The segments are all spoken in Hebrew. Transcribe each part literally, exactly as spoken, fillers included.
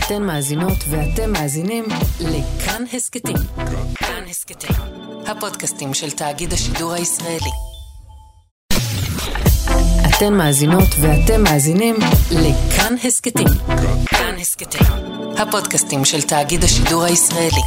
אתן מאזינות ואתם מאזינים לכאן הסקטים. כאן הסקטים, הפודקאסטים של תאגיד השידור הישראלי. אתן מאזינות ואתם מאזינים לכאן הסקטים. כאן הסקטים, הפודקאסטים של תאגיד השידור הישראלי.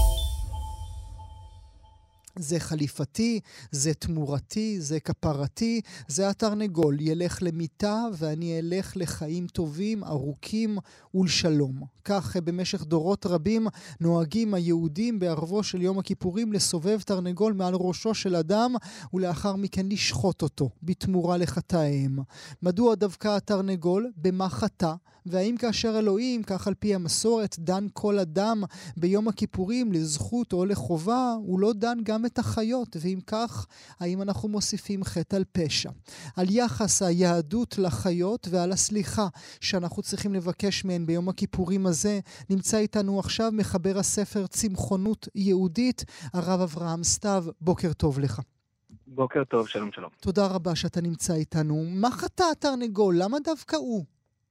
זה חליפתי, זה תמורתי, זה כפרתי, זה התרנגול. ילך למיטה ואני אלך לחיים טובים, ארוכים ולשלום. כך במשך דורות רבים נוהגים היהודים בערבו של יום הכיפורים לסובב תרנגול מעל ראשו של אדם ולאחר מכן לשחוט אותו בתמורה לחטאיהם. מדוע דווקא התרנגול? במה חטא? והאם כאשר אלוהים, כך על פי המסורת, דן כל אדם ביום הכיפורים לזכות או לחובה, הוא לא דן גם את החיות, ואם כך, האם אנחנו מוסיפים חטא על פשע? על יחס היהדות לחיות ועל הסליחה שאנחנו צריכים לבקש מהן ביום הכיפורים הזה, נמצא איתנו עכשיו מחבר הספר צמחונות יהודית, הרב אברהם סתיו. בוקר טוב לך. בוקר טוב, שלום שלום. תודה רבה שאתה נמצא איתנו. מה חטא התרנגול? למה דווקא הוא?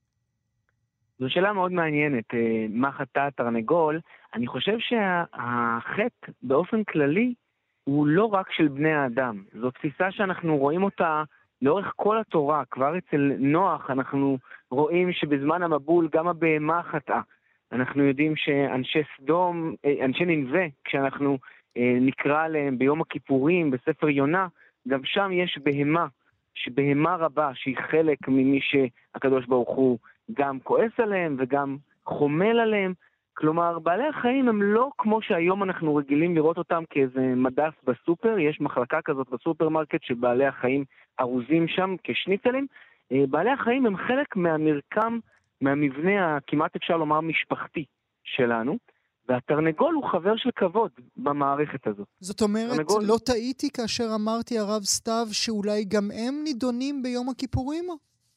זו שאלה מאוד מעניינת, מה חטא התרנגול. אני חושב שהחטא באופן כללי הוא לא רק של בני האדם. זו תפיסה שאנחנו רואים אותה לאורך כל התורה. כבר אצל נוח אנחנו רואים שבזמן המבול גם הבהמה חטאה. אנחנו יודעים שאנשי סדום, אנשי נינווה, כשאנחנו נקרא עליהם ביום הכיפורים בספר יונה, גם שם יש בהמה, שבהמה רבה שהיא חלק ממי שהקדוש ברוך הוא גם כועס עליהם וגם חומל עליהם. כלומר, בעלי החיים הם לא כמו שהיום אנחנו רגילים לראות אותם כאיזה מדף בסופר. יש מחלקה כזאת בסופרמרקט שבעלי החיים ארוזים שם כשניצלים. בעלי החיים הם חלק מהמרקם, מהמבנה הכמעט אפשר לומר משפחתי שלנו, והתרנגול הוא חבר של כבוד במערכת הזאת. זאת אומרת, תרנגול... לא טעיתי כאשר אמרתי הרב סתיו שאולי גם הם נידונים ביום הכיפורים?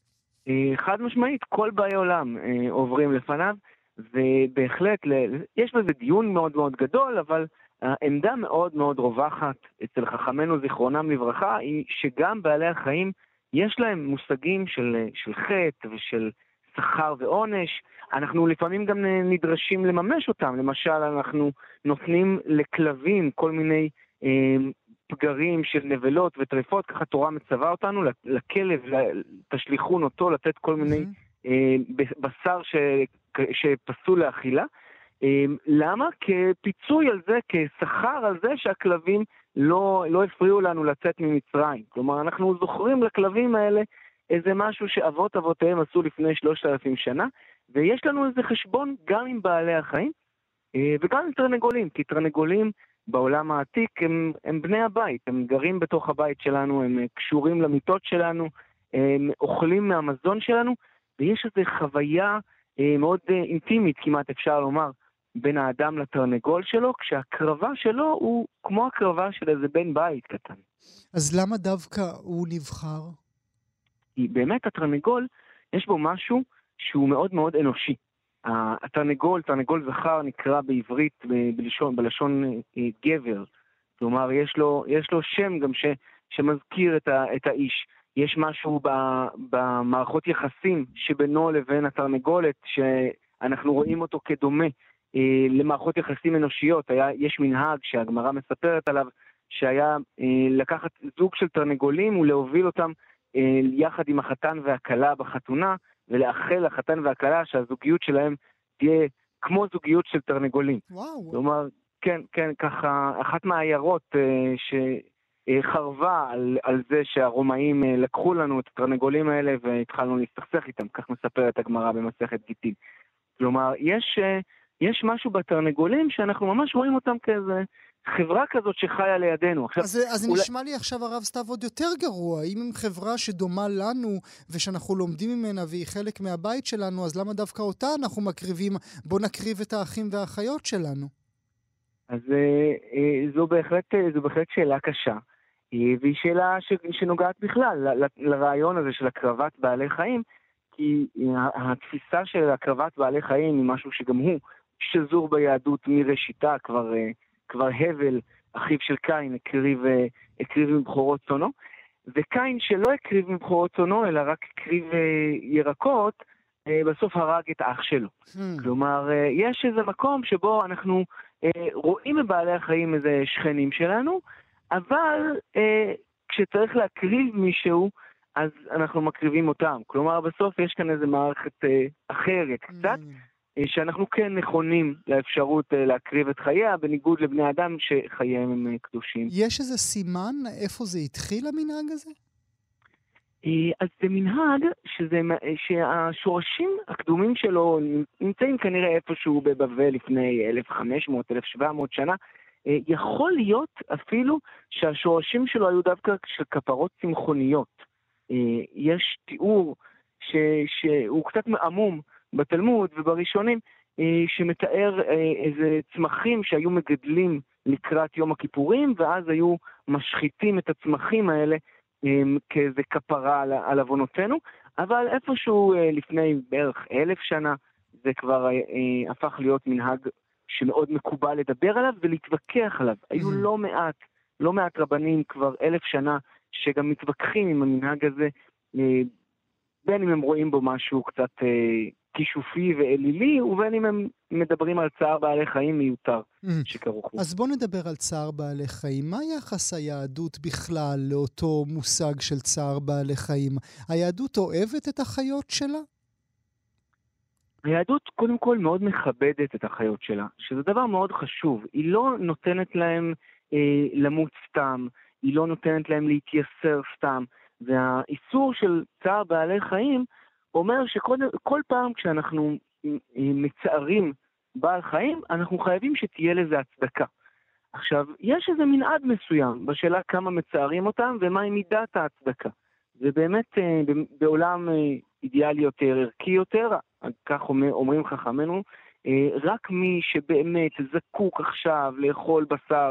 חד משמעית, כל באי עולם אה, עוברים לפניו, ובהחלט, יש בזה דיון מאוד מאוד גדול, אבל העמדה מאוד מאוד רווחת אצל חכמינו זיכרונם לברכה, היא שגם בעלי החיים יש להם מושגים של, של חטא ושל שכר ועונש. אנחנו לפעמים גם נדרשים לממש אותם. למשל, אנחנו נותנים לכלבים כל מיני אה, פגרים של נבלות וטרפות, ככה תורה מצווה אותנו, לכלב, תשליכון אותו, לתת כל מיני אה, בשר ש, שפסול לאכילה. אה, למה? כפיצוי על זה, כשכר על זה שהכלבים לא, לא הפריעו לנו לצאת ממצרים. כלומר, אנחנו זוכרים לכלבים האלה איזה משהו שאבות אבותיהם עשו לפני שלושת אלפים שנה, ויש לנו איזה חשבון גם עם בעלי החיים, אה, וגם עם תרנגולים, כי תרנגולים בעולם העתיק הם, הם בני הבית, הם גרים בתוך הבית שלנו, הם קשורים למיטות שלנו, הם אוכלים מהמזון שלנו, ויש איזו חוויה אה, מאוד אה, אינטימית, כמעט אפשר לומר, בין האדם לתרנגול שלו, כשהקרבה שלו הוא כמו הקרבה של איזה בן בית קטן. אז למה דווקא הוא נבחר? כי באמת התרנגול, יש בו משהו שהוא מאוד מאוד אנושי. התרנגול, תרנגול זכר נקרא בעברית בלשון, בלשון גבר. כלומר, יש לו, יש לו שם גם ש, שמזכיר את, ה, את האיש. יש משהו ב, במערכות יחסים שבינו לבין התרנגולת, שאנחנו רואים אותו כדומה אה, למערכות יחסים אנושיות. היה, יש מנהג שהגמרא מספרת עליו, שהיה אה, לקחת זוג של תרנגולים ולהוביל אותם אה, יחד עם החתן והכלה בחתונה, ולאחל לחתן והכלה שהזוגיות שלהם תהיה כמו זוגיות של תרנגולים. וואו. כלומר, כן, כן, ככה, אחת מהעיירות אה, שחרבה על, על זה שהרומאים אה, לקחו לנו את התרנגולים האלה והתחלנו להסתכסך איתם, כך מספרת הגמרא במסכת גיטין. כלומר, יש, אה, יש משהו בתרנגולים שאנחנו ממש רואים אותם כאיזה חברה כזאת שחיה לידינו. עכשיו, אז, אז אולי... נשמע לי עכשיו הרב סתיו עוד יותר גרוע. אם עם חברה שדומה לנו ושאנחנו לומדים ממנה והיא חלק מהבית שלנו, אז למה דווקא אותה אנחנו מקריבים? בוא נקריב את האחים והאחיות שלנו. אז אה, אה, זו, בהחלט, אה, זו בהחלט שאלה קשה, אה, והיא שאלה ש, שנוגעת בכלל ל, ל, לרעיון הזה של הקרבת בעלי חיים, כי אה, התפיסה של הקרבת בעלי חיים היא משהו שגם הוא שזור ביהדות מראשיתה, כבר... אה, כבר הבל, אחיו של קין, הקריב, הקריב מבחורות צונו, וקין שלא הקריב מבחורות צונו, אלא רק הקריב ירקות, בסוף הרג את אח שלו. Hmm. כלומר, יש איזה מקום שבו אנחנו רואים בבעלי החיים איזה שכנים שלנו, אבל כשצריך להקריב מישהו, אז אנחנו מקריבים אותם. כלומר, בסוף יש כאן איזה מערכת אחרת קצת, שאנחנו כן נכונים לאפשרות להקריב את חייה, בניגוד לבני אדם שחייהם הם קדושים. יש איזה סימן איפה זה התחיל המנהג הזה? אז זה מנהג שזה, שהשורשים הקדומים שלו נמצאים כנראה איפשהו בבבל לפני אלף וחמש מאות עד אלף ושבע מאות שנה. יכול להיות אפילו שהשורשים שלו היו דווקא של כפרות צמחוניות. יש תיאור ש, שהוא קצת מעמום בתלמוד ובראשונים, שמתאר איזה צמחים שהיו מגדלים לקראת יום הכיפורים, ואז היו משחיתים את הצמחים האלה כאיזה כפרה על, על עוונותינו, אבל איפשהו לפני בערך אלף שנה זה כבר הפך להיות מנהג שמאוד מקובל לדבר עליו ולהתווכח עליו. היו לא מעט, לא מעט רבנים כבר אלף שנה שגם מתווכחים עם המנהג הזה, בין אם הם רואים בו משהו קצת כישופי ואלילי, ובין אם הם מדברים על צער בעלי חיים מיותר שכרוך בו. אז בוא נדבר על צער בעלי חיים. מה יחס היהדות בכלל לאותו מושג של צער בעלי חיים? היהדות אוהבת את החיות שלה? היהדות קודם כל מאוד מכבדת את החיות שלה, שזה דבר מאוד חשוב. היא לא נותנת להם אה, למות סתם, היא לא נותנת להם להתייסר סתם, והאיסור של צער בעלי חיים אומר שכל פעם כשאנחנו מצערים בעל חיים, אנחנו חייבים שתהיה לזה הצדקה. עכשיו, יש איזה מנעד מסוים בשאלה כמה מצערים אותם ומהי מידת ההצדקה. זה באמת בעולם אידיאלי יותר, ערכי יותר, כך אומרים חכמינו, רק מי שבאמת זקוק עכשיו לאכול בשר,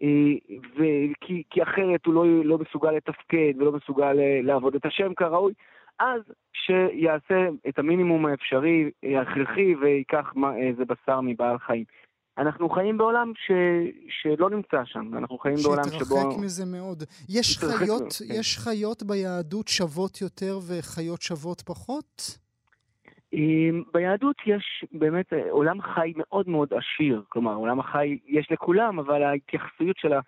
וכי, כי אחרת הוא לא, לא מסוגל לתפקד ולא מסוגל לעבוד את השם כראוי, אז שיעשה את המינימום האפשרי, הכרחי, ויקח איזה בשר מבעל חיים. אנחנו חיים בעולם ש... שלא נמצא שם, אנחנו חיים בעולם שבו... שהתרחק מזה מאוד. יש חיות, כן. יש חיות ביהדות שוות יותר וחיות שוות פחות? ביהדות יש באמת עולם חי מאוד מאוד עשיר, כלומר עולם החי יש לכולם, אבל ההתייחסות שלה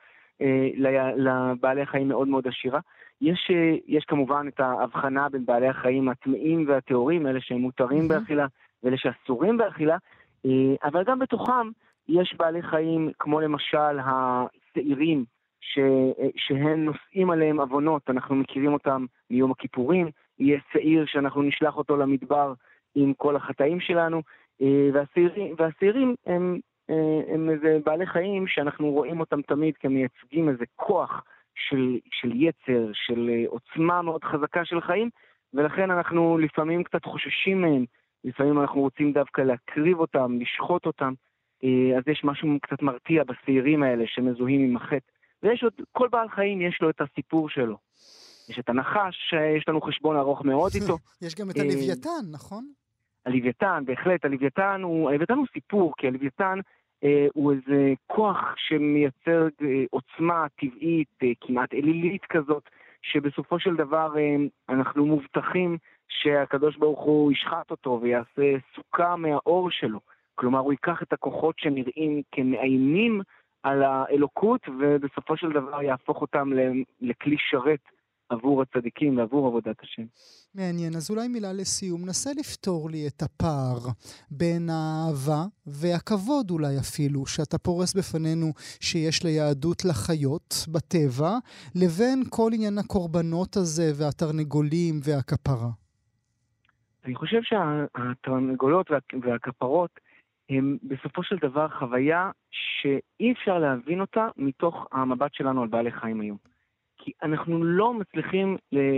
לבעלי החיים מאוד מאוד עשירה. יש, יש כמובן את ההבחנה בין בעלי החיים הטמאים והטהורים, אלה שהם מותרים באכילה ואלה שאסורים באכילה, אבל גם בתוכם יש בעלי חיים כמו למשל השעירים ש, שהם נושאים עליהם עוונות, אנחנו מכירים אותם מיום הכיפורים, יהיה שעיר שאנחנו נשלח אותו למדבר עם כל החטאים שלנו, והשעירים, והשעירים הם, הם איזה בעלי חיים שאנחנו רואים אותם תמיד כמייצגים איזה כוח של, של יצר, של עוצמה מאוד חזקה של חיים, ולכן אנחנו לפעמים קצת חוששים מהם, לפעמים אנחנו רוצים דווקא להקריב אותם, לשחוט אותם, אז יש משהו קצת מרתיע בשעירים האלה שמזוהים עם החטא. ויש עוד, כל בעל חיים יש לו את הסיפור שלו. יש את הנחש, יש לנו חשבון ארוך מאוד איתו. יש גם את הלוויתן, נכון? הלוויתן, בהחלט, הלוויתן הוא, הלוויתן הוא סיפור, כי הלוויתן אה, הוא איזה כוח שמייצר אה, עוצמה טבעית, אה, כמעט אלילית כזאת, שבסופו של דבר אה, אנחנו מובטחים שהקדוש ברוך הוא ישחט אותו ויעשה סוכה מהאור שלו. כלומר, הוא ייקח את הכוחות שנראים כמאיימים על האלוקות, ובסופו של דבר יהפוך אותם לכלי שרת עבור הצדיקים ועבור עבודת השם. מעניין, אז אולי מילה לסיום. נסה לפתור לי את הפער בין האהבה והכבוד אולי אפילו, שאתה פורס בפנינו שיש ליהדות לחיות בטבע, לבין כל עניין הקורבנות הזה והתרנגולים והכפרה. אני חושב שהתרנגולות והכפרות הם בסופו של דבר חוויה שאי אפשר להבין אותה מתוך המבט שלנו על בעלי חיים היום. כי אנחנו לא מצליחים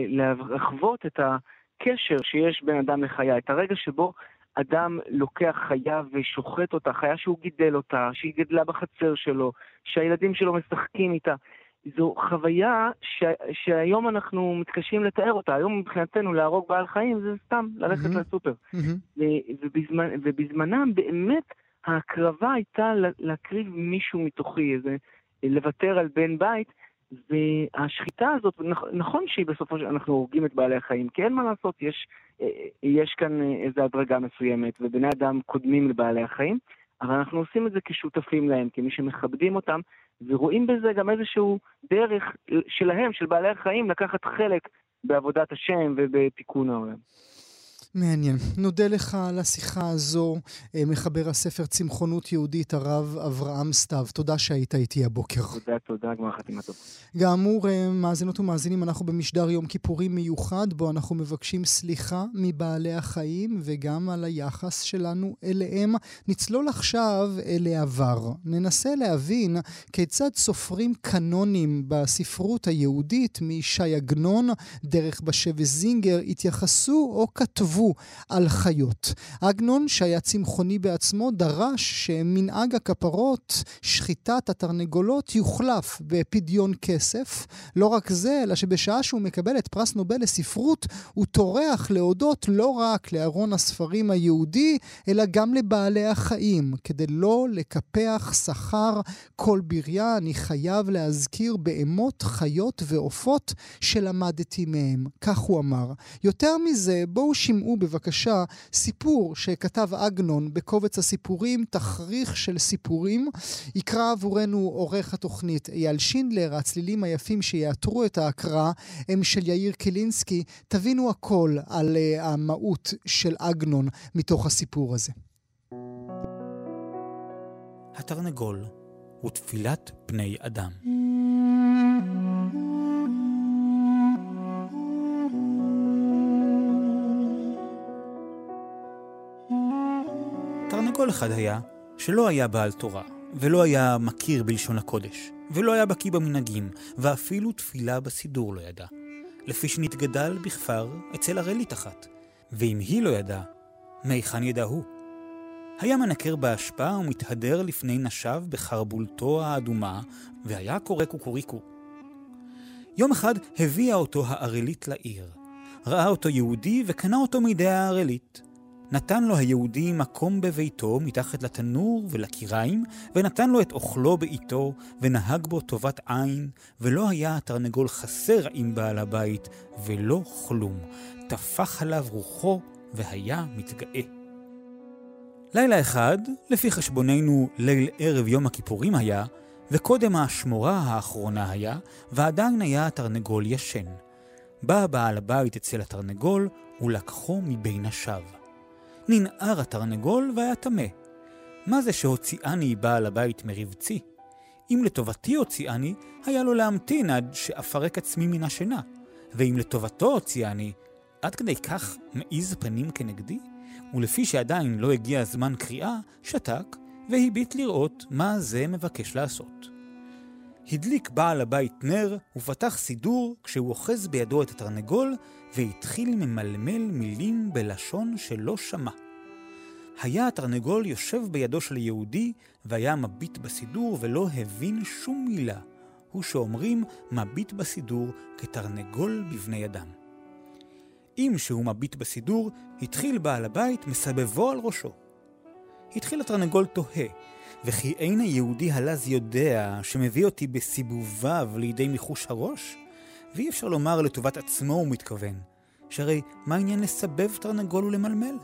לחוות את הקשר שיש בין אדם לחיה, את הרגע שבו אדם לוקח חיה ושוחט אותה, חיה שהוא גידל אותה, שהיא גדלה בחצר שלו, שהילדים שלו משחקים איתה. זו חוויה ש... שהיום אנחנו מתקשים לתאר אותה. היום מבחינתנו להרוג בעל חיים זה סתם ללכת mm-hmm. לסופר. Mm-hmm. ו... ובזמן... ובזמנם באמת ההקרבה הייתה להקריב מישהו מתוכי, איזה... לוותר על בן בית, והשחיטה הזאת, נכון שהיא בסופו של אנחנו הורגים את בעלי החיים, כי אין מה לעשות, יש, יש כאן איזו הדרגה מסוימת, ובני אדם קודמים לבעלי החיים, אבל אנחנו עושים את זה כשותפים להם, כמי שמכבדים אותם, ורואים בזה גם איזשהו דרך שלהם, של בעלי החיים, לקחת חלק בעבודת השם ובתיקון העולם. מעניין. נודה לך על השיחה הזו, מחבר הספר צמחונות יהודית, הרב אברהם סתיו. תודה שהיית איתי הבוקר. תודה, תודה, גמר חתימה טובה. כאמור, מאזינות ומאזינים, אנחנו במשדר יום כיפורים מיוחד, בו אנחנו מבקשים סליחה מבעלי החיים, וגם על היחס שלנו אליהם. נצלול עכשיו אל העבר. ננסה להבין כיצד סופרים קנונים בספרות היהודית, משי עגנון, דרך בשבע זינגר, התייחסו או כתבו על חיות. עגנון, שהיה צמחוני בעצמו, דרש שמנהג הכפרות, שחיטת התרנגולות, יוחלף בפדיון כסף. לא רק זה, אלא שבשעה שהוא מקבל את פרס נובל לספרות, הוא טורח להודות לא רק לארון הספרים היהודי, אלא גם לבעלי החיים. כדי לא לקפח שכר כל בריה, אני חייב להזכיר בהמות, חיות ועופות שלמדתי מהם. כך הוא אמר. יותר מזה, בואו שמעו בבקשה סיפור שכתב עגנון בקובץ הסיפורים, תכריך של סיפורים. יקרא עבורנו עורך התוכנית אייל שינדלר. הצלילים היפים שיאתרו את ההקראה הם של יאיר קילינסקי. תבינו הכל על uh, המהות של עגנון מתוך הסיפור הזה. התרנגול ותפילת בני אדם. תרנגול אחד היה שלא היה בעל תורה, ולא היה מכיר בלשון הקודש, ולא היה בקיא במנהגים, ואפילו תפילה בסידור לא ידע. לפי שנתגדל בכפר אצל ערלית אחת, ואם היא לא ידע, מיכן ידע הוא. היה מנקר בהשפעה ומתהדר לפני נשב בחרבולתו האדומה, והיה קורק וקוריקו. יום אחד הביאה אותו הערלית לעיר. ראה אותו יהודי וקנה אותו מידי הערלית. נתן לו היהודי מקום בביתו מתחת לתנור ולקיריים, ונתן לו את אוכלו בעיתו, ונהג בו טובת עין, ולא היה התרנגול חסר עם בעל הבית, ולא כלום. תפח עליו רוחו, והיה מתגאה. לילה אחד, לפי חשבוננו ליל ערב יום הכיפורים היה, וקודם השמורה האחרונה היה, ועדיין היה התרנגול ישן. בא בעל הבית אצל התרנגול, ולקחו מבין השב. ננער התרנגול והיה תמה. מה זה שהוציאני בעל הבית מרבצי? אם לטובתי הוציאני, היה לו להמתין עד שאפרק עצמי מן השינה. ואם לטובתו הוציאני, עד כדי כך מעיז פנים כנגדי? ולפי שעדיין לא הגיע הזמן קריאה, שתק והביט לראות מה זה מבקש לעשות. הדליק בעל הבית נר ופתח סידור כשהוא אוחז בידו את התרנגול, והתחיל ממלמל מילים בלשון שלא שמע. היה התרנגול יושב בידו של יהודי, והיה מביט בסידור ולא הבין שום מילה. הוא שאומרים מביט בסידור כתרנגול בבני אדם. אם שהוא מביט בסידור, התחיל בעל הבית מסבבו על ראשו. התחיל התרנגול תוהה, וכי אין היהודי הלז יודע שמביא אותי בסיבוביו לידי מחוש הראש? ואי אפשר לומר לטובת עצמו הוא מתכוון, שהרי מה העניין לסבב תרנגול ולמלמל?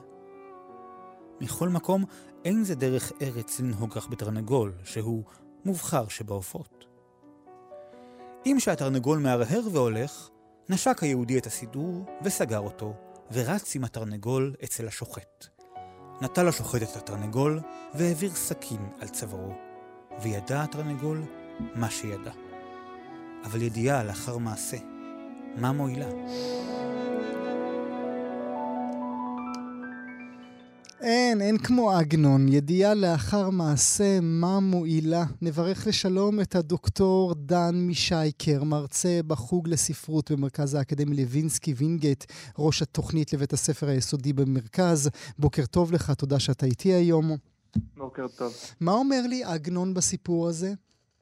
מכל מקום, אין זה דרך ארץ לנהוג כך בתרנגול, שהוא מובחר שבעופות. אם שהתרנגול מהרהר והולך, נשק היהודי את הסידור וסגר אותו, ורץ עם התרנגול אצל השוחט. נטל השוחט את התרנגול והעביר סכין על צווארו, וידע התרנגול מה שידע. אבל ידיעה לאחר מעשה, מה מועילה? אין, אין כמו עגנון. ידיעה לאחר מעשה, מה מועילה? נברך לשלום את הדוקטור דן מישייקר, מרצה בחוג לספרות במרכז האקדמי לוינסקי וינגייט, ראש התוכנית לבית הספר היסודי במרכז. בוקר טוב לך, תודה שאתה איתי היום. בוקר טוב. מה אומר לי עגנון בסיפור הזה?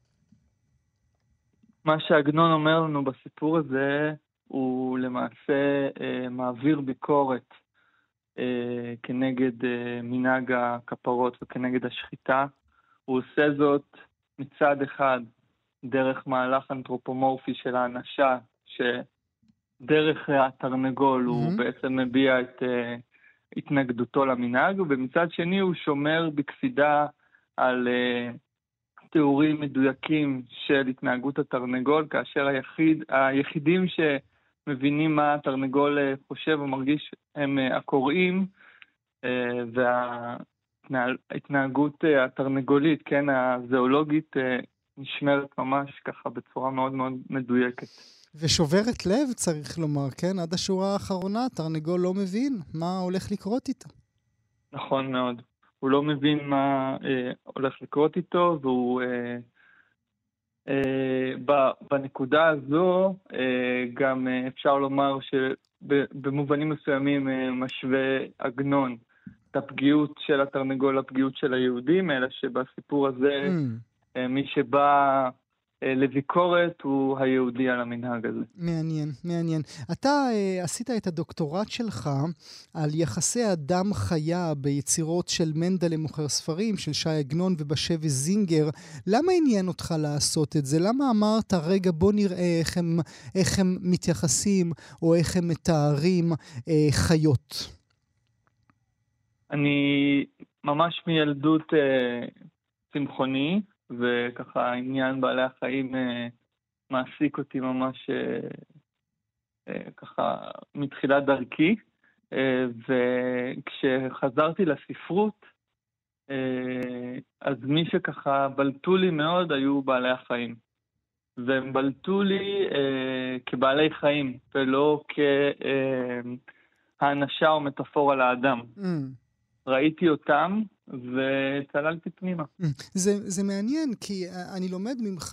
מה שעגנון אומר לנו בסיפור הזה, הוא למעשה אה, מעביר ביקורת אה, כנגד אה, מנהג הכפרות וכנגד השחיטה. הוא עושה זאת מצד אחד דרך מהלך אנתרופומורפי של האנשה, שדרך התרנגול mm-hmm. הוא בעצם מביע את uh, התנגדותו למנהג, ובמצד שני הוא שומר בקפידה על uh, תיאורים מדויקים של התנהגות התרנגול, כאשר היחיד, היחידים שמבינים מה התרנגול חושב ומרגיש הם הקוראים, וההתנהגות התרנגולית, כן, הזואולוגית, נשמרת ממש ככה בצורה מאוד מאוד מדויקת. ושוברת לב, צריך לומר, כן? עד השורה האחרונה, תרנגול לא מבין מה הולך לקרות איתו. נכון מאוד. הוא לא מבין מה אה, הולך לקרות איתו, והוא אה, אה, בנקודה הזו אה, גם אה, אפשר לומר שבמובנים מסוימים אה, משווה עגנון את הפגיעות של התרנגול לפגיעות של היהודים, אלא שבסיפור הזה mm. אה, מי שבא אה, לביקורת הוא היהודי על המנהג הזה. מעניין, מעניין. אתה אה, עשית את הדוקטורט שלך על יחסי אדם חיה ביצירות של מנדלה מוכר ספרים, של שי עגנון ובשבי זינגר. למה עניין אותך לעשות את זה? למה אמרת, רגע, בוא נראה איך הם, איך הם מתייחסים או איך הם מתארים אה, חיות? אני ממש מילדות אה, צמחוני, וככה עניין בעלי החיים אה, מעסיק אותי ממש אה, אה, ככה מתחילת דרכי, אה, וכשחזרתי לספרות, אה, אז מי שככה בלטו לי מאוד היו בעלי החיים. והם בלטו לי אה, כבעלי חיים, ולא כהאנשה או מטאפורה לאדם. Mm. ראיתי אותם וצללתי פנימה. זה, זה מעניין, כי אני לומד ממך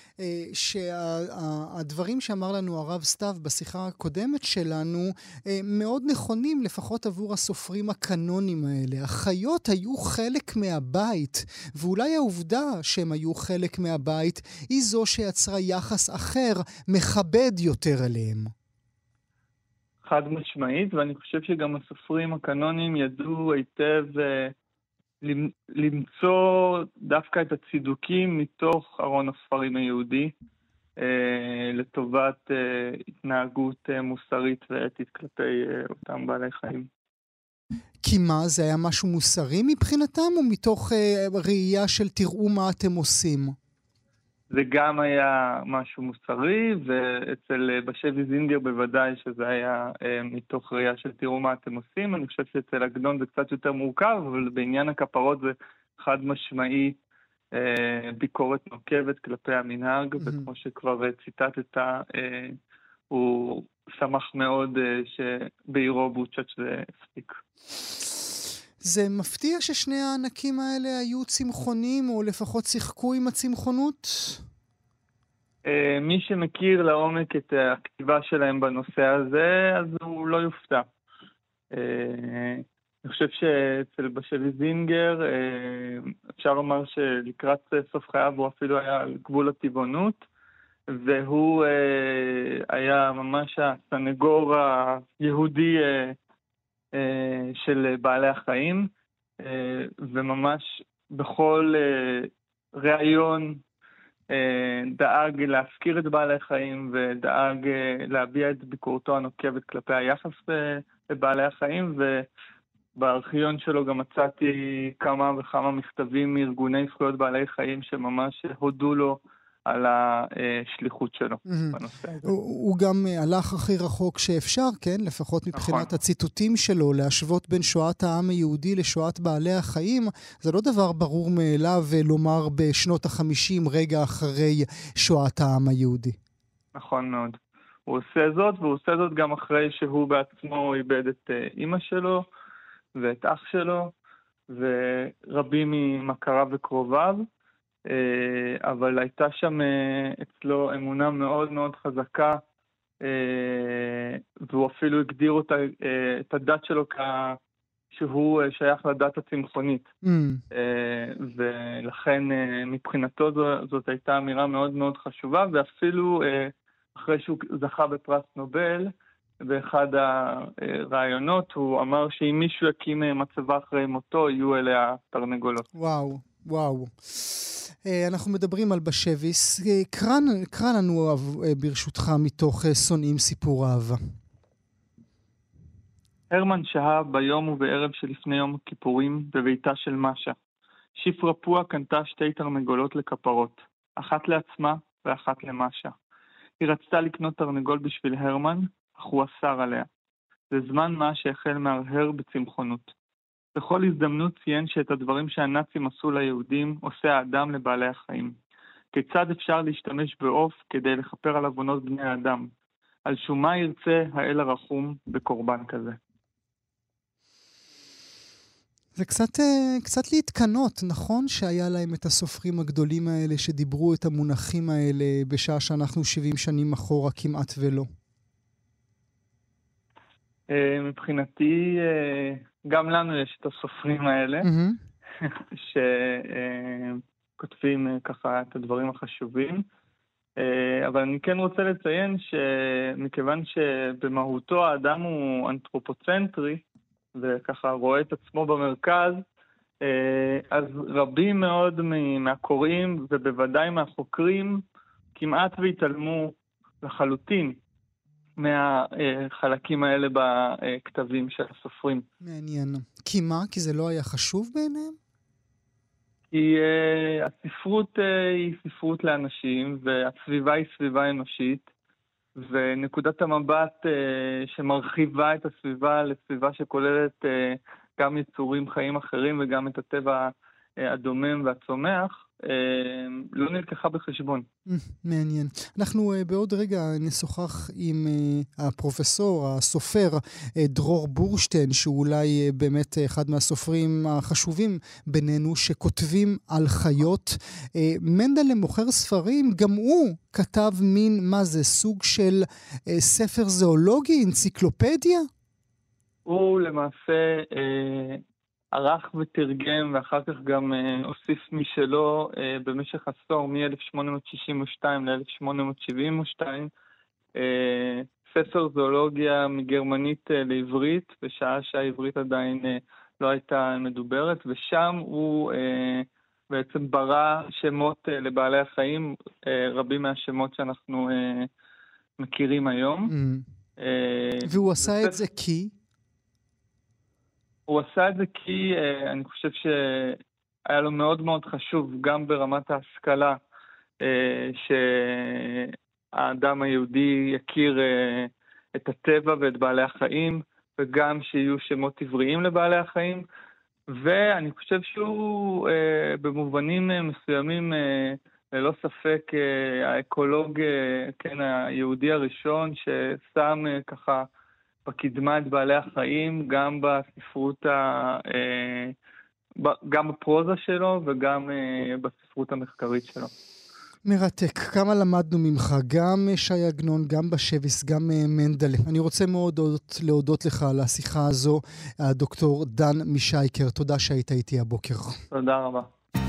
שהדברים שאמר לנו הרב סתיו בשיחה הקודמת שלנו מאוד נכונים, לפחות עבור הסופרים הקנונים האלה. החיות היו חלק מהבית, ואולי העובדה שהם היו חלק מהבית היא זו שיצרה יחס אחר, מכבד יותר אליהם. חד משמעית, ואני חושב שגם הסופרים הקנונים ידעו היטב uh, למצוא דווקא את הצידוקים מתוך ארון הספרים היהודי, uh, לטובת uh, התנהגות uh, מוסרית ואתית כלפי uh, אותם בעלי חיים. כי מה, זה היה משהו מוסרי מבחינתם, או מתוך uh, ראייה של תראו מה אתם עושים? זה גם היה משהו מוסרי, ואצל בשבי זינגר בוודאי שזה היה אה, מתוך ראייה של תראו מה אתם עושים. אני חושב שאצל עגנון זה קצת יותר מורכב, אבל בעניין הכפרות זה חד משמעי אה, ביקורת נוקבת כלפי המנהג, mm-hmm. וכמו שכבר ציטטת, אה, הוא שמח מאוד אה, שבעירו בוצ'אץ' זה הספיק. זה מפתיע ששני הענקים האלה היו צמחונים, או לפחות שיחקו עם הצמחונות? מי שמכיר לעומק את הכתיבה שלהם בנושא הזה, אז הוא לא יופתע. אני חושב שאצל בשבי זינגר, אפשר לומר שלקראת סוף חייו הוא אפילו היה על גבול הטבעונות, והוא היה ממש הסנגור היהודי של בעלי החיים, וממש בכל ראיון דאג להזכיר את בעלי החיים, ודאג להביע את ביקורתו הנוקבת כלפי היחס לבעלי החיים, ובארכיון שלו גם מצאתי כמה וכמה מכתבים מארגוני זכויות בעלי חיים שממש הודו לו על השליחות שלו בנושא הזה. הוא גם הלך הכי רחוק שאפשר, כן? לפחות מבחינת הציטוטים שלו, להשוות בין שואת העם היהודי לשואת בעלי החיים, זה לא דבר ברור מאליו לומר בשנות החמישים, רגע אחרי שואת העם היהודי. נכון מאוד. הוא עושה זאת, והוא עושה זאת גם אחרי שהוא בעצמו איבד את אמא שלו ואת אח שלו, ורבים ממכריו וקרוביו, אבל הייתה שם אצלו אמונה מאוד מאוד חזקה, והוא אפילו הגדיר אותה, את הדת שלו שהוא שייך לדת הצמחונית. Mm. ולכן מבחינתו זאת הייתה אמירה מאוד מאוד חשובה, ואפילו אחרי שהוא זכה בפרס נובל, באחד הרעיונות הוא אמר שאם מישהו יקים מצבה אחרי מותו, יהיו אליה תרנגולות. וואו, וואו. אנחנו מדברים על בשביס. קרא לנו ברשותך מתוך שונאים סיפור אהבה. הרמן שהה ביום ובערב שלפני יום הכיפורים בביתה של משה. שפרה פועה קנתה שתי תרנגולות לכפרות, אחת לעצמה ואחת למשה. היא רצתה לקנות תרנגול בשביל הרמן, אך הוא אסר עליה. זה זמן מה שהחל מהרהר בצמחונות. בכל הזדמנות ציין שאת הדברים שהנאצים עשו ליהודים עושה האדם לבעלי החיים. כיצד אפשר להשתמש בעוף כדי לכפר על עוונות בני האדם? על שום מה ירצה האל הרחום בקורבן כזה? זה קצת, קצת להתקנות, נכון שהיה להם את הסופרים הגדולים האלה שדיברו את המונחים האלה בשעה שאנחנו שבעים שנים אחורה כמעט ולא? מבחינתי, גם לנו יש את הסופרים האלה, שכותבים ככה את הדברים החשובים, אבל אני כן רוצה לציין שמכיוון שבמהותו האדם הוא אנתרופוצנטרי, וככה רואה את עצמו במרכז, אז רבים מאוד מהקוראים ובוודאי מהחוקרים כמעט והתעלמו לחלוטין מהחלקים האלה בכתבים של הסופרים. מעניין. כי מה? כי זה לא היה חשוב בעיניהם? כי הספרות היא ספרות לאנשים, והסביבה היא סביבה אנושית, ונקודת המבט שמרחיבה את הסביבה לסביבה שכוללת גם יצורים חיים אחרים וגם את הטבע הדומם והצומח, לא נלקחה בחשבון. מעניין. אנחנו בעוד רגע נשוחח עם הפרופסור, הסופר דרור בורשטיין, שהוא אולי באמת אחד מהסופרים החשובים בינינו, שכותבים על חיות. מנדלה מוכר ספרים, גם הוא כתב מין, מה זה, סוג של ספר זואולוגי, אנציקלופדיה? הוא למעשה ערך ותרגם, ואחר כך גם אה, הוסיף משלו אה, במשך עשור, מ-אלף שמונה מאות שישים ושתיים ל-אלף שמונה מאות שבעים ושתיים, אה, ספר זואולוגיה מגרמנית אה, לעברית, בשעה שהעברית עדיין אה, לא הייתה מדוברת, ושם הוא אה, בעצם ברא שמות אה, לבעלי החיים, אה, רבים מהשמות שאנחנו אה, מכירים היום. Mm. אה, והוא עשה את זה כי? הוא עשה את זה כי uh, אני חושב שהיה לו מאוד מאוד חשוב, גם ברמת ההשכלה, uh, שהאדם היהודי יכיר uh, את הטבע ואת בעלי החיים, וגם שיהיו שמות עבריים לבעלי החיים, ואני חושב שהוא uh, במובנים uh, מסוימים, uh, ללא ספק, uh, האקולוג, uh, כן, היהודי הראשון ששם uh, ככה, בקדמה את בעלי החיים, גם בספרות, ה... גם בפרוזה שלו וגם בספרות המחקרית שלו. מרתק. כמה למדנו ממך, גם שי עגנון, גם בשביס, גם מנדלה. אני רוצה מאוד להודות לך על השיחה הזו, הדוקטור דן מישייקר. תודה שהיית איתי הבוקר. תודה רבה.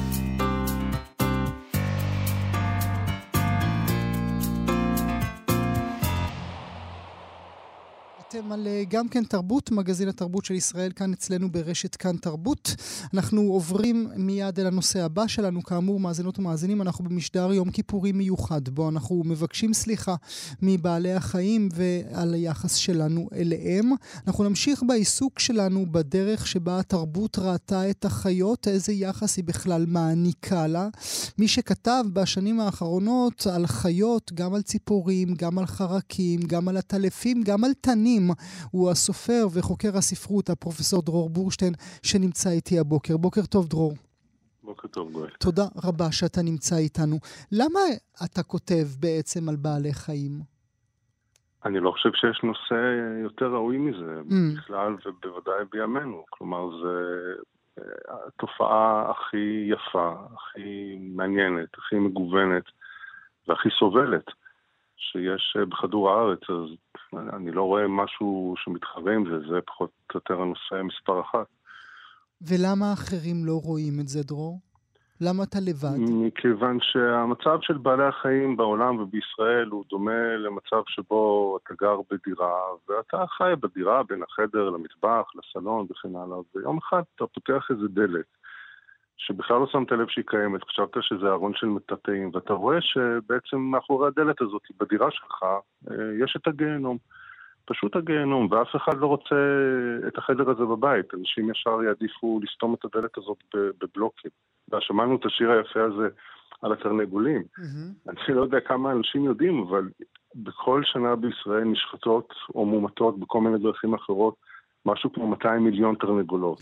אתם על גם כן תרבות, מגזין התרבות של ישראל, כאן אצלנו ברשת כאן תרבות. אנחנו עוברים מיד אל הנושא הבא שלנו, כאמור מאזינות ומאזינים, אנחנו במשדר יום כיפורים מיוחד, בו אנחנו מבקשים סליחה מבעלי החיים ועל היחס שלנו אליהם. אנחנו נמשיך בעיסוק שלנו בדרך שבה התרבות ראתה את החיות, איזה יחס היא בכלל מעניקה לה. מי שכתב בשנים האחרונות על חיות, גם על ציפורים, גם על חרקים, גם על הטלפים, גם על תנים, הוא הסופר וחוקר הספרות, הפרופסור דרור בורשטיין, שנמצא איתי הבוקר. בוקר טוב, דרור. בוקר טוב, גואל. תודה רבה שאתה נמצא איתנו. למה אתה כותב בעצם על בעלי חיים? אני לא חושב שיש נושא יותר ראוי מזה, mm. בכלל ובוודאי בימינו. כלומר, זה התופעה הכי יפה, הכי מעניינת, הכי מגוונת והכי סובלת שיש בכדור הארץ, אז אני לא רואה משהו שמתחרה עם זה, זה פחות או יותר הנושא מספר אחת. ולמה אחרים לא רואים את זה, דרור? למה אתה לבד? מכיוון שהמצב של בעלי החיים בעולם ובישראל הוא דומה למצב שבו אתה גר בדירה, ואתה חי בדירה בין החדר למטבח, לסלון וכן הלאה, ויום אחד אתה פותח איזה דלת, שבכלל לא שמת לב שהיא קיימת, חשבת שזה ארון של מטאטאים, ואתה רואה שבעצם מאחורי הדלת הזאת, בדירה שלך, יש את הגיהנום. פשוט הגיהנום, ואף אחד לא רוצה את החדר הזה בבית. אנשים ישר יעדיפו לסתום את הדלת הזאת בבלוקים. ושמענו את השיר היפה הזה על התרנגולים. Mm-hmm. אני לא יודע כמה אנשים יודעים, אבל בכל שנה בישראל נשחטות או מומתות בכל מיני דרכים אחרות, משהו כמו מאתיים מיליון תרנגולות.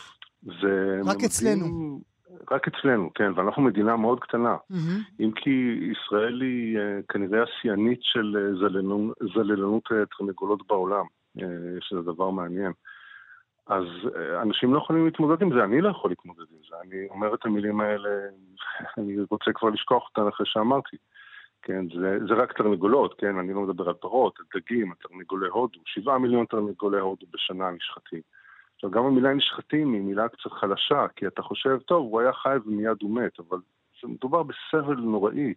רק אצלנו. רק אצלנו, כן, ואנחנו מדינה מאוד קטנה. Mm-hmm. אם כי ישראל היא כנראה השיאנית של זללנות, זללנות תרנגולות בעולם, שזה דבר מעניין. אז אנשים לא יכולים להתמודד עם זה, אני לא יכול להתמודד עם זה. אני אומר את המילים האלה, אני רוצה כבר לשכוח אותן אחרי שאמרתי. כן, זה, זה רק תרנגולות, כן, אני לא מדבר על פרות, על דגים, על תרנגולי הודו, שבעה מיליון תרנגולי הודו בשנה נשחטים. עכשיו, גם המילה נשחטים היא מילה קצת חלשה, כי אתה חושב, טוב, הוא היה חי ומיד הוא מת, אבל זה מדובר בסבל נוראי,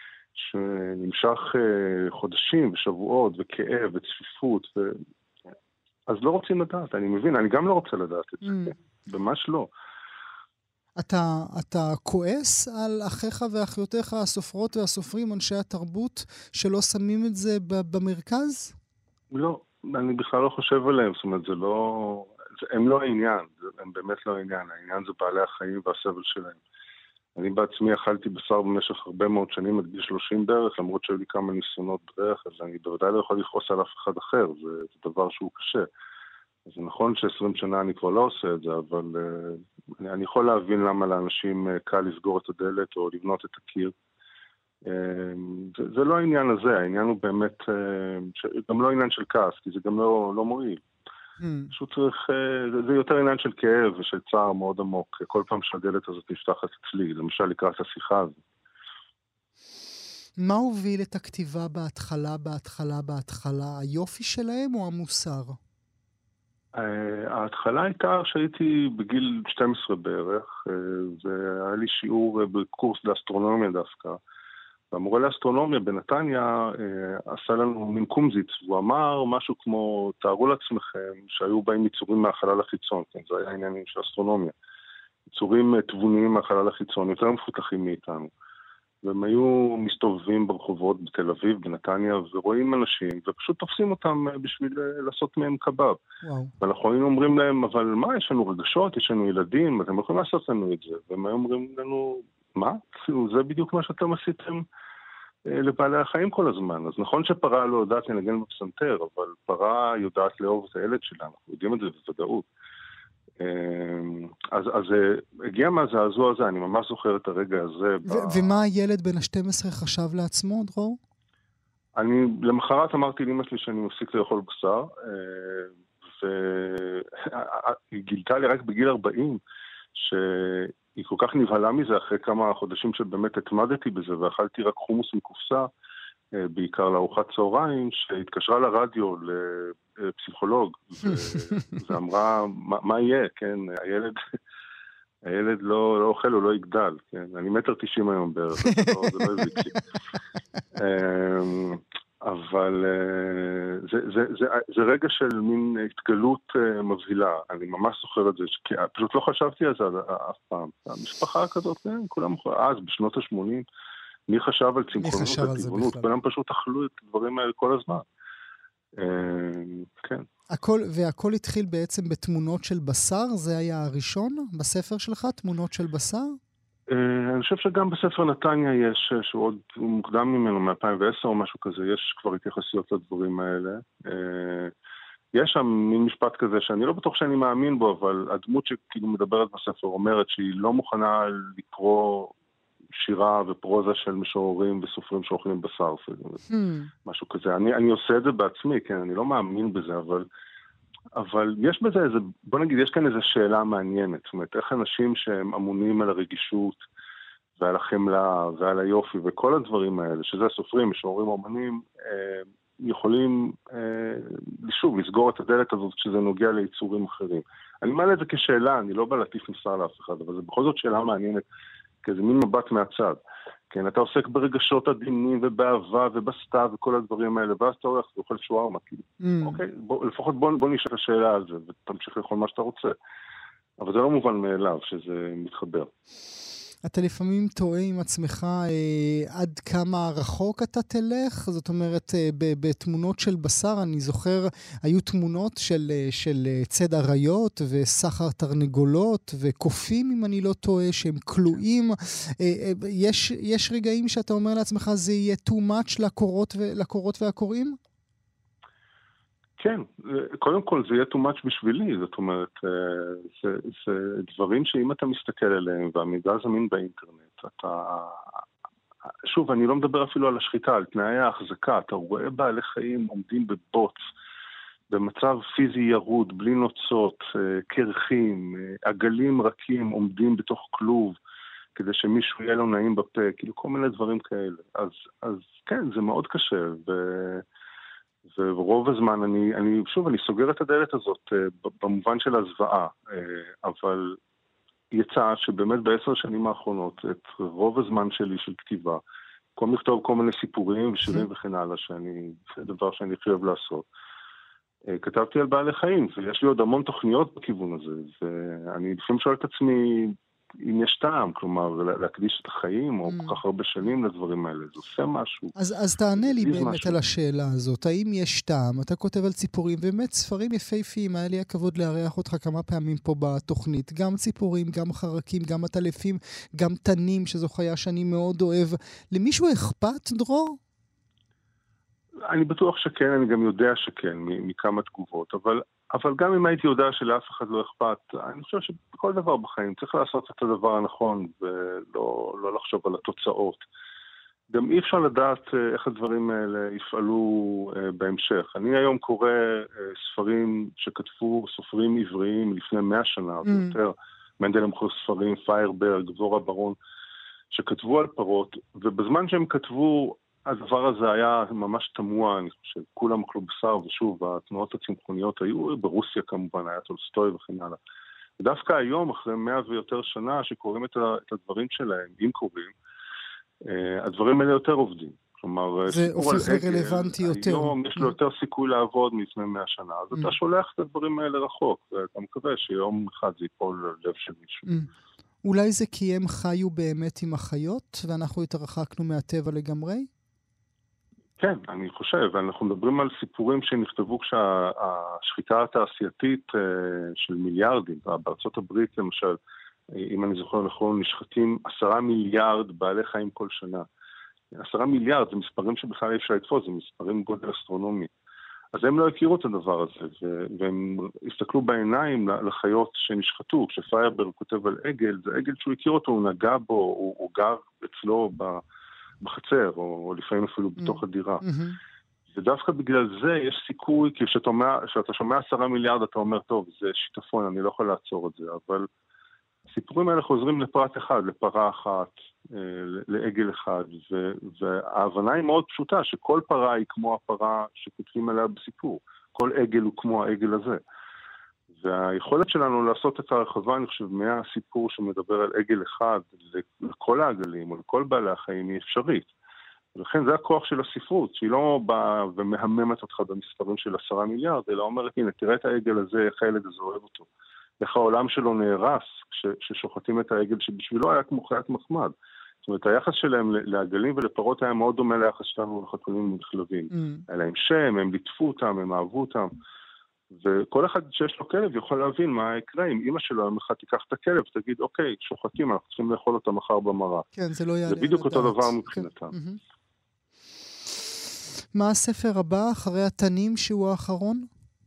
שנמשך uh, חודשים ושבועות וכאב וצפיפות, ו... אז לא רוצים לדעת, אני מבין, אני גם לא רוצה לדעת את זה, mm. ממש לא. אתה, אתה כועס על אחיך ואחיותיך הסופרות והסופרים, אנשי התרבות, שלא שמים את זה במרכז? לא, אני בכלל לא חושב עליהם, זאת אומרת, זה לא... הם לא העניין, הם באמת לא העניין, העניין זה בעלי החיים והסבל שלהם. אני בעצמי אכלתי בשר במשך הרבה מאוד שנים, עד גיל שלושים בערך, למרות שהיו לי כמה ניסיונות בדרך, אז אני בוודאי לא יכול לכעוס על אף אחד אחר, זה, זה דבר שהוא קשה. אז זה נכון ש-עשרים שנה אני כבר לא עושה את זה, אבל uh, אני, אני יכול להבין למה לאנשים uh, קל לסגור את הדלת או לבנות את הקיר. Uh, זה, זה לא העניין הזה, העניין הוא באמת, uh, ש... גם לא עניין של כעס, כי זה גם לא, לא מועיל. פשוט צריך, זה יותר עניין של כאב ושל צער מאוד עמוק, כל פעם שהדלת הזאת נפתחת אצלי, למשל לקראת השיחה הזאת. מה הוביל את הכתיבה בהתחלה, בהתחלה, בהתחלה? היופי שלהם או המוסר? ההתחלה הייתה שהייתי בגיל שתים עשרה בערך, והיה לי שיעור בקורס לאסטרונומיה דווקא, והמורה לאסטרונומיה בנתניה אה, עשה לנו מין קומזיץ, והוא אמר משהו כמו, תארו לעצמכם שהיו בהם יצורים מהחלל החיצון, כן, זה היה העניינים של אסטרונומיה, יצורים תבוניים מהחלל החיצון, יותר מפותחים מאיתנו, והם היו מסתובבים ברחובות בתל אביב, בנתניה, ורואים אנשים, ופשוט תופסים אותם בשביל לעשות מהם קבב. וואו. ואנחנו היינו אומרים להם, אבל מה, יש לנו רגשות, יש לנו ילדים, אתם יכולים לעשות לנו את זה, והם היו אומרים לנו, מה? זה בדיוק מה שאתם עשיתם לבעלי החיים כל הזמן. אז נכון שפרה לא יודעת לנגן בפסנתר, אבל פרה יודעת לאהוב את הילד שלה, אנחנו יודעים את זה בוודאות. אז, אז הגיע מהזעזוע הזה, אני ממש זוכר את הרגע הזה. ו- ב... ומה הילד בן ה-שתים עשרה חשב לעצמו, דרור? אני למחרת אמרתי לאמא שלי שאני מפסיק לאכול בשר, והיא גילתה לי רק בגיל ארבעים, ש... היא כל כך נבהלה מזה אחרי כמה חודשים שבאמת התמדתי בזה, ואכלתי רק חומוס מקופסה, בעיקר לארוחת צהריים, שהתקשרה לרדיו לפסיכולוג, ואמרה, מה, מה יהיה, כן, הילד, הילד לא, לא אוכל, הוא לא יגדל, כן, אני מטר תשעים היום בערך, זה לא, זה לא הזיק לי. אבל זה, זה, זה, זה רגע של מין התגלות מבהילה, אני ממש זוכר את זה, כי פשוט לא חשבתי על זה אף פעם. המשפחה כזאת, כן, כולם, אז בשנות ה-שמונים, מי חשב על צמחונות וטבעונות, כולם פשוט אכלו את הדברים האלה כל הזמן. כן. הכל, והכל התחיל בעצם בתמונות של בשר, זה היה הראשון בספר שלך, תמונות של בשר? אני חושב שגם בספר נתניה יש, שהוא עוד מוקדם ממנו, מ-אלפיים ועשר או משהו כזה, יש כבר התייחסויות לדברים האלה. יש שם מין משפט כזה שאני לא בטוח שאני מאמין בו, אבל הדמות שכאילו מדברת בספר אומרת שהיא לא מוכנה לקרוא שירה ופרוזה של משוררים וסופרים שאוכלים בשר, hmm. משהו כזה. אני, אני עושה את זה בעצמי, כן, אני לא מאמין בזה, אבל... אבל יש בזה איזה, בוא נגיד, יש כאן איזו שאלה מעניינת, זאת אומרת, איך אנשים שהם אמונים על הרגישות ועל החמלה ועל היופי וכל הדברים האלה, שזה הסופרים, משוררים אומנים, אה, יכולים אה, שוב לסגור את הדלת הזאת כשזה נוגע ליצורים אחרים. אני מעלה את זה כשאלה, אני לא בא להטיף מוסר לאף אחד, אבל זה בכל זאת שאלה מעניינת, כי זה מין מבט מהצד. כן, אתה עוסק ברגשות עדינים ובאהבה ובסתיו וכל הדברים האלה, ואז אתה הולך ואוכל שוארמה, כאילו, mm. אוקיי, בוא, לפחות בוא, בוא נשאר את השאלה על זה, ותמשיך לאכול מה שאתה רוצה. אבל זה לא מובן מאליו שזה מתחבר. אתה לפעמים טועה עם עצמך אה, עד כמה רחוק אתה תלך, זאת אומרת אה, בתמונות של בשר, אני זוכר, היו תמונות של, אה, של צד אריות וסחר תרנגולות וקופים, אם אני לא טועה, שהם כלואים. אה, אה, יש, יש רגעים שאתה אומר לעצמך, זה יהיה too much לקורות, ו, לקורות והקוראים? כן, קודם כל זה יהיה too much בשבילי, זאת אומרת, זה, זה דברים שאם אתה מסתכל עליהם והמידע זמין באינטרנט, אתה, שוב, אני לא מדבר אפילו על השחיטה, על תנאי ההחזקה, אתה רואה בעלי חיים עומדים בבוץ, במצב פיזי ירוד, בלי נוצות, קרחים, עגלים רכים עומדים בתוך כלוב, כדי שמישהו יהיה לו נעים בפה, כאילו כל מיני דברים כאלה. אז, אז כן, זה מאוד קשה, ו... ורוב הזמן אני, אני, שוב, אני סוגר את הדלת הזאת במובן של הזוועה, אבל יצא שבאמת בעשר שנים האחרונות, את רוב הזמן שלי של כתיבה, כל לכתוב כל מיני סיפורים ושירים וכן הלאה, שאני, זה דבר שאני חייב לעשות. כתבתי על בעלי חיים, ויש לי עוד המון תוכניות בכיוון הזה, ואני לפעמים שואל את עצמי, אם יש טעם, כלומר, להקדיש את החיים, או כל כך הרבה שנים לדברים האלה, זה עושה משהו. אז, אז תענה לי באמת משהו. על השאלה הזאת, האם יש טעם? אתה כותב על ציפורים, באמת ספרים יפהפיים, היה לי הכבוד לארח אותך כמה פעמים פה בתוכנית, גם ציפורים, גם חרקים, גם עטלפים, גם תנים, שזו חיה שאני מאוד אוהב. למישהו אכפת, דרור? אני בטוח שכן, אני גם יודע שכן, מכמה תגובות, אבל, אבל גם אם הייתי יודע שלאף אחד לא אכפת, אני חושב שבכל דבר בחיים צריך לעשות את הדבר הנכון, ולא לא לחשוב על התוצאות. גם אי אפשר לדעת איך הדברים האלה יפעלו בהמשך. אני היום קורא ספרים שכתבו סופרים עבריים לפני מאה שנה, mm. ויותר, מנדל המחוז ספרים, פיירברג, דבורה ברון, שכתבו על פרות, ובזמן שהם כתבו, הדבר הזה היה ממש תמוה, אני חושב, כולם אכלו בשר, ושוב, התנועות הצמחוניות היו, ברוסיה כמובן, היה טולסטוי וכן הלאה. ודווקא היום, אחרי מאה ויותר שנה, שקוראים את הדברים שלהם, אם קוראים, הדברים האלה יותר עובדים. כלומר, זה הופך רלוונטי יותר. היום יש לו יותר סיכוי לעבוד מלפני מאה שנה, אז אתה שולח את הדברים האלה רחוק, ואתה מקווה שיום אחד זה ייפול ללב של מישהו. אולי זה כי הם חיו באמת עם החיות, ואנחנו התרחקנו מהטבע לגמרי? כן, אני חושב, אנחנו מדברים על סיפורים שנכתבו כשהשחיטה התעשייתית של מיליארדים, בארצות הברית למשל, אם אני זוכר נכון, נשחטים עשרה מיליארד בעלי חיים כל שנה. עשרה מיליארד זה מספרים שבכלל אפשר לתפוס, זה מספרים גודל אסטרונומי. אז הם לא הכירו את הדבר הזה, והם הסתכלו בעיניים לחיות שנשחטו. כשפיירברג כותב על עגל, זה עגל שהוא הכיר אותו, הוא נגע בו, הוא, הוא גר אצלו בחצר, או, או לפעמים אפילו בתוך הדירה. Mm-hmm. ודווקא בגלל זה יש סיכוי, כי כשאתה שומע עשרה מיליארד, אתה אומר, טוב, זה שיטפון, אני לא יכול לעצור את זה, אבל הסיפורים האלה חוזרים לפרט אחד, לפרה אחת, לעגל אחד, וההבנה היא מאוד פשוטה, שכל פרה היא כמו הפרה שכותבים עליה בסיפור. כל עגל הוא כמו העגל הזה. והיכולת שלנו לעשות את הרחבה, אני חושב, מהסיפור שמדבר על עגל אחד, לכל העגלים או לכל בעלי החיים היא אפשרית. ולכן זה הכוח של הספרות, שהיא לא באה ומהממת אותך במספרים של עשרה מיליארד, אלא אומרת, הנה, תראה את העגל הזה, איך הילד הזה אוהב אותו. איך העולם שלו נהרס כששוחטים את העגל שבשבילו היה כמו חיית מחמד. זאת אומרת, היחס שלהם לעגלים ולפרות היה מאוד דומה ליחס שלנו לחתולים ובכלבים. Mm. היה להם שם, הם ליטפו אותם, הם אהבו אותם. וכל אחד שיש לו כלב יכול להבין מה יקרה. אם אמא שלו יום אחד תיקח את הכלב, תגיד, אוקיי, שוחטים, אנחנו צריכים לאכול אותם מחר במראה. כן, זה לא יעלה. זה בדיוק אותו דבר מבחינתם. כן. Mm-hmm. מה הספר הבא אחרי התנים שהוא האחרון?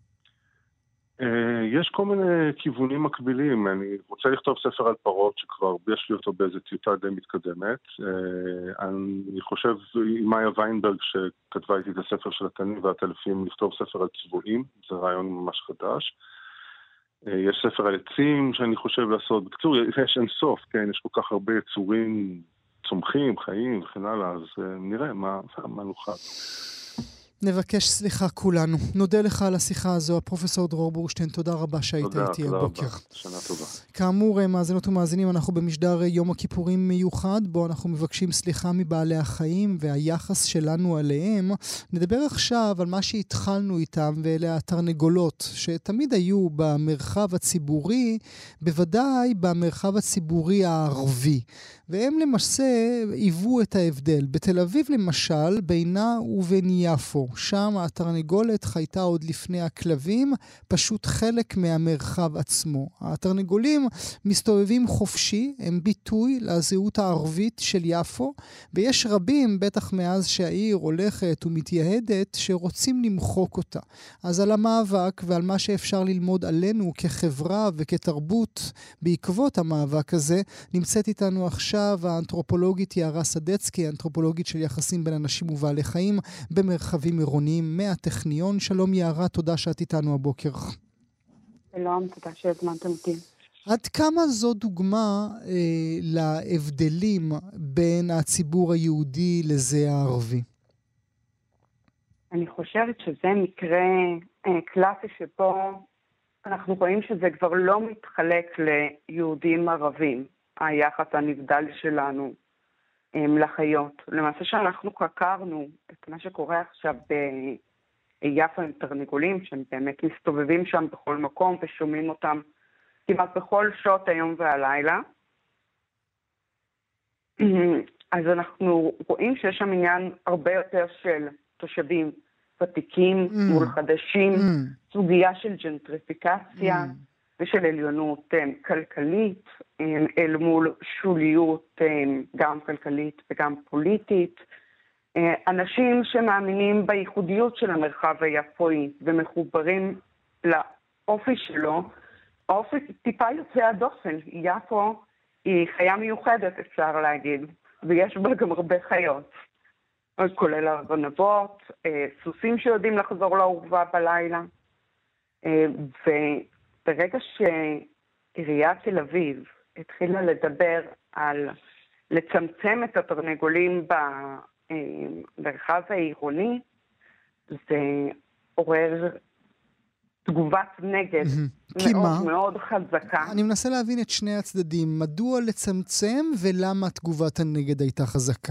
יש כל מיני כיוונים מקבילים. אני רוצה לכתוב ספר על פרות שכבר יש לי אותו באיזו טיוטה די מתקדמת. אני חושב עם מאיה ויינברג שכתבה איתי את הספר של התנים והעטלפים לכתוב ספר על צבועים, זה רעיון ממש חדש. יש ספר על עצים שאני חושב לעשות. בקצור, יש אין סוף, כן, יש כל כך הרבה יצורים צומחים, חיים וכן הלאה, אז נראה מה, מה נוכל. נבקש סליחה כולנו. נודה לך על השיחה הזו, הפרופסור דרור בורשטיין, תודה רבה שהיית תודה, איתי תודה הבוקר. רבה. שנה טובה. כאמור, מאזינות ומאזינים, אנחנו במשדר יום הכיפורים מיוחד, בו אנחנו מבקשים סליחה מבעלי החיים והיחס שלנו עליהם. נדבר עכשיו על מה שהתחלנו איתם, ואלה התרנגולות, שתמיד היו במרחב הציבורי, בוודאי במרחב הציבורי הערבי. והם למעשה היוו את ההבדל. בתל אביב למשל, בינה ובין יפו, שם התרנגולת חייתה עוד לפני הכלבים, פשוט חלק מהמרחב עצמו. התרנגולים מסתובבים חופשי, הם ביטוי לזהות הערבית של יפו, ויש רבים, בטח מאז שהעיר הולכת ומתייהדת, שרוצים למחוק אותה. אז על המאבק ועל מה שאפשר ללמוד עלינו כחברה וכתרבות בעקבות המאבק הזה, נמצאת איתנו עכשיו האנתרופולוגית יערה סדצקי, האנתרופולוגית של יחסים בין אנשים ובעלי חיים במרחבים עירוניים מהטכניון. שלום יערה, תודה שאת איתנו הבוקר. שלום, תודה שהזמנתם אותי. עד כמה זו דוגמה אה, להבדלים בין הציבור היהודי לזה הערבי? אני חושבת שזה מקרה אה, קלאסי שבו אנחנו רואים שזה כבר לא מתחלק ליהודים ערבים, היחס הנבדל שלנו אה, לחיות. למעשה שאנחנו חקרנו את מה שקורה עכשיו ביפו עם תרנגולים, שהם באמת מסתובבים שם בכל מקום ושומעים אותם כמעט בכל שעות היום והלילה. אז אנחנו רואים שיש שם עניין הרבה יותר של תושבים ותיקים mm. מול חדשים, mm. סוגיה של ג'נטריפיקציה mm. ושל עליונות um, כלכלית, um, אל מול שוליות um, גם כלכלית וגם פוליטית. Uh, אנשים שמאמינים בייחודיות של המרחב היפואי ומחוברים לאופי שלו, האופי טיפה יוצא הדופן. יפו היא חיה מיוחדת, אפשר להגיד, ויש בה גם הרבה חיות. כולל ארנבות, סוסים שיודעים לחזור לאורווה בלילה. וברגע שעיריית תל אביב התחילה לדבר על לצמצם את התרנגולים במרחב העירוני, זה עורר תגובת נגד מאוד מאוד חזקה. אני מנסה להבין את שני הצדדים. מדוע לצמצם ולמה תגובת הנגד הייתה חזקה?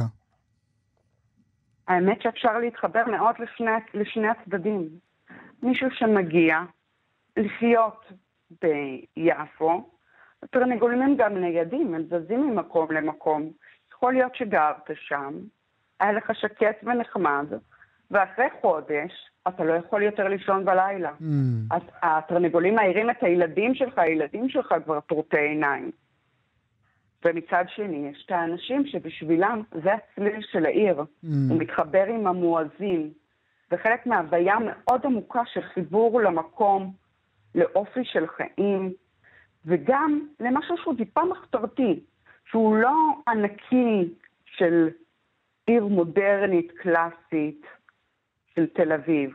האמת שאפשר להתחבר מאוד לשני, לשני הצדדים. מישהו שמגיע לחיות ביפו, התרנגולים הם גם ניידים, הם זזים ממקום למקום. יכול להיות שגרת שם, היה לך שקט ונחמד, ואחרי חודש אתה לא יכול יותר לישון בלילה. Mm. אז התרנגולים מעירים את הילדים שלך, הילדים שלך כבר טרוטי עיניים. ומצד שני, יש את האנשים שבשבילם זה הצליל של העיר. Mm. הוא מתחבר עם המואזין. וחלק מההוויה מאוד עמוקה של חיבור למקום, לאופי של חיים, וגם למשהו שהוא טיפה מחתרתי, שהוא לא ענקי של עיר מודרנית, קלאסית, של תל אביב.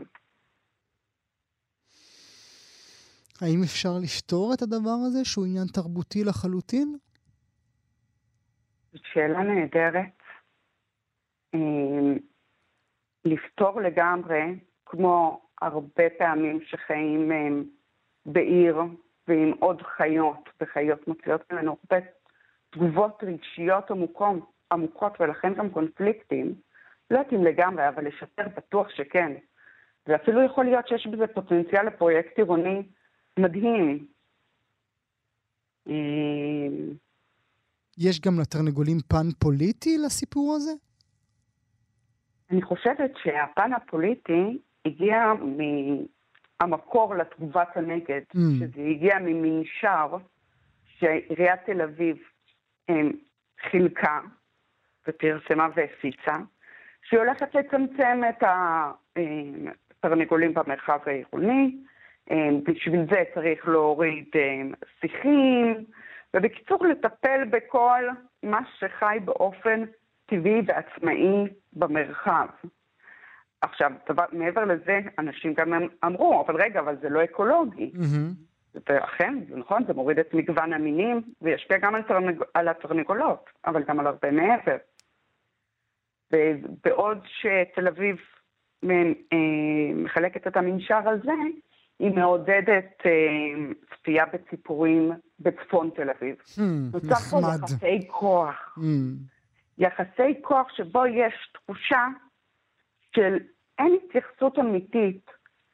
האם אפשר לפתור את הדבר הזה, שהוא עניין תרבותי לחלוטין? זאת שאלה נהדרת. לפתור לגמרי, כמו הרבה פעמים שחיים בעיר, ועם עוד חיות, וחיות מוציאות ממנו הרבה תגובות רגשיות עמוקות, עמוקות, ולכן גם קונפליקטים, לא יודעים לגמרי, אבל לשפר בטוח שכן. ואפילו יכול להיות שיש בזה פוטנציאל לפרויקט עירוני מדהים. יש גם לתרנגולים פן פוליטי לסיפור הזה? אני חושבת שהפן הפוליטי הגיע מהמקור לתגובת הנגד, mm. שזה הגיע ממנשר שעיריית תל אביב חילקה ופרסמה והפיצה, שהיא הולכת לצמצם את התרנגולים במרחב העירוני, בשביל זה צריך להוריד שיחים, ובקיצור לטפל בכל מה שחי באופן טבעי ועצמאי במרחב. עכשיו, דבר, מעבר לזה, אנשים גם אמרו, אבל רגע, אבל זה לא אקולוגי. Mm-hmm. ואכן, זה נכון, זה מוריד את מגוון המינים, וישפיע גם על, תרנג, על התרנגולות, אבל גם על הרבה מעבר. ובעוד שתל אביב מחלקת את המנשר הזה, היא מעודדת צפייה בציפורים בצפון תל אביב. נוצר פה יחסי כוח. יחסי כוח שבו יש תחושה של אין התייחסות אמיתית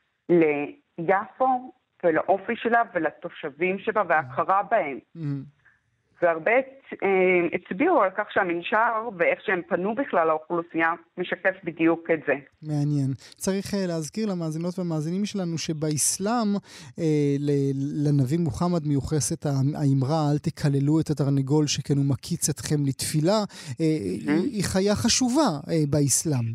ליפו ולאופי שלה ולתושבים שבה וההכרה בהם. והרבה הצביעו על כך שהמנשר ואיך שהם פנו בכלל לאוכלוסייה משקף בדיוק את זה. מעניין. צריך להזכיר למאזינות והמאזינים שלנו שבאסלאם לנביא מוחמד מיוחסת האמרה אל תקללו את התרנגול שכן הוא מקיץ אתכם לתפילה. היא חיה חשובה באסלאם.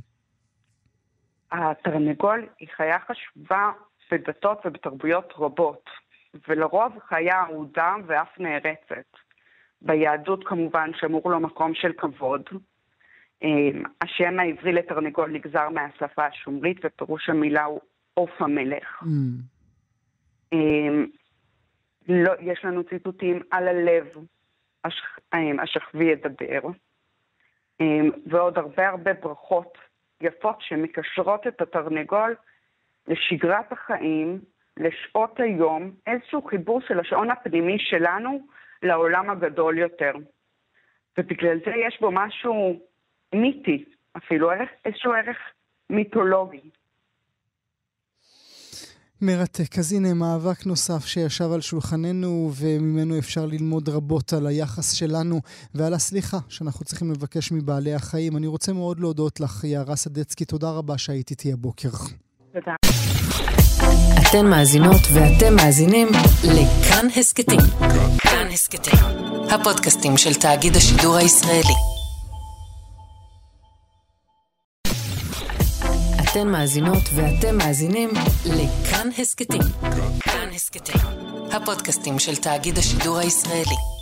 התרנגול היא חיה חשובה בדתות ובתרבויות רבות, ולרוב חיה אהודה ואף נערצת. ביהדות כמובן שמור לו מקום של כבוד. השם העברי לתרנגול נגזר מהשפה השומרית, ופירוש המילה הוא עוף המלך. Mm. לא, יש לנו ציטוטים על הלב, השכבי ידבר, ועוד הרבה הרבה ברכות יפות שמקשרות את התרנגול לשגרת החיים, לשעות היום, איזשהו חיבור של השעון הפנימי שלנו לעולם הגדול יותר. ובגלל זה יש בו משהו מיתי, אפילו ערך, איזשהו ערך מיתולוגי. מרתק. אז הנה מאבק נוסף שישב על שולחננו, וממנו אפשר ללמוד רבות על היחס שלנו ועל הסליחה שאנחנו צריכים לבקש מבעלי החיים. אני רוצה מאוד להודות לך, יערה סדצקי, תודה רבה שהיית איתי הבוקר. תודה. אתן מאזינות ואתם מאזינים לכאן הסקטים. כאן הסקטים, הפודקאסטים של תאגיד השידור הישראלי. אתן מאזינות ואתם מאזינים לכאן הסקטים. כאן הסקטים, הפודקאסטים של תאגיד השידור הישראלי.